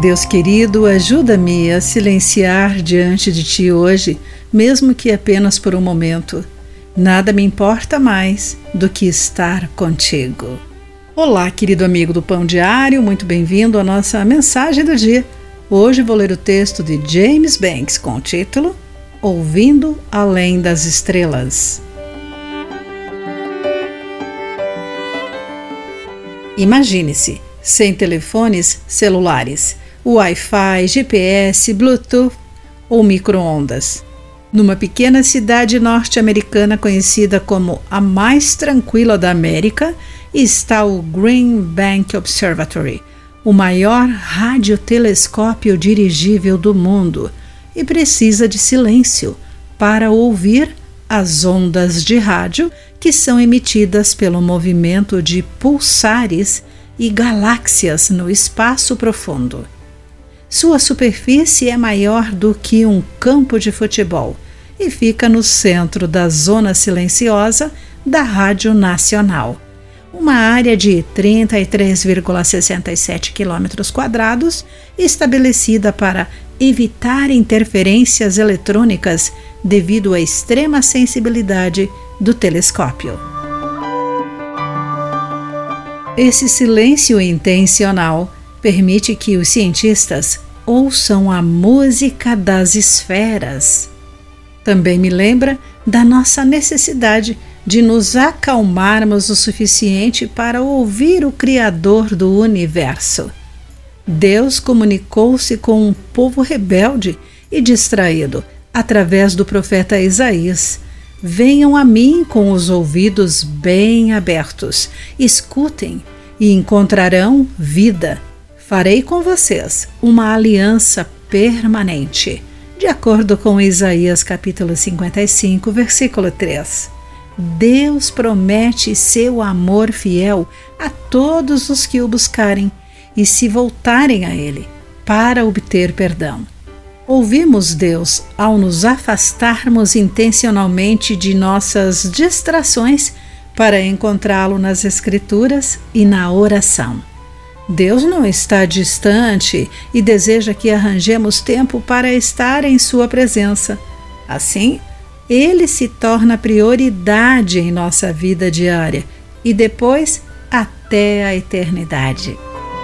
Deus querido, ajuda-me a silenciar diante de Ti hoje, mesmo que apenas por um momento. Nada me importa mais do que estar contigo. Olá, querido amigo do Pão Diário, muito bem-vindo à nossa mensagem do dia. Hoje vou ler o texto de James Banks com o título Ouvindo Além das Estrelas. Imagine-se, sem telefones celulares, Wi-Fi, GPS, Bluetooth ou micro-ondas. Numa pequena cidade norte-americana conhecida como a mais tranquila da América, está o Green Bank Observatory, o maior radiotelescópio dirigível do mundo, e precisa de silêncio para ouvir as ondas de rádio que são emitidas pelo movimento de pulsares e galáxias no espaço profundo. Sua superfície é maior do que um campo de futebol e fica no centro da zona silenciosa da Rádio Nacional, uma área de 33,67 km² estabelecida para evitar interferências eletrônicas devido à extrema sensibilidade do telescópio. Esse silêncio intencional permite que os cientistas ouçam a música das esferas. Também me lembra da nossa necessidade de nos acalmarmos o suficiente para ouvir o Criador do Universo. Deus comunicou-se com um povo rebelde e distraído através do profeta Isaías. Venham a mim com os ouvidos bem abertos, escutem e encontrarão vida. Farei com vocês uma aliança permanente, de acordo com Isaías capítulo 55, versículo 3. Deus promete seu amor fiel a todos os que o buscarem e se voltarem a Ele para obter perdão. Ouvimos Deus ao nos afastarmos intencionalmente de nossas distrações para encontrá-lo nas Escrituras e na oração. Deus não está distante e deseja que arranjemos tempo para estar em sua presença. Assim, Ele se torna prioridade em nossa vida diária e depois até a eternidade.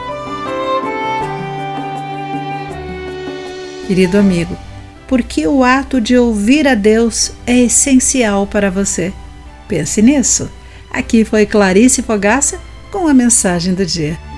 Querido amigo, por que o ato de ouvir a Deus é essencial para você? Pense nisso. Aqui foi Clarice Fogaça com a mensagem do dia.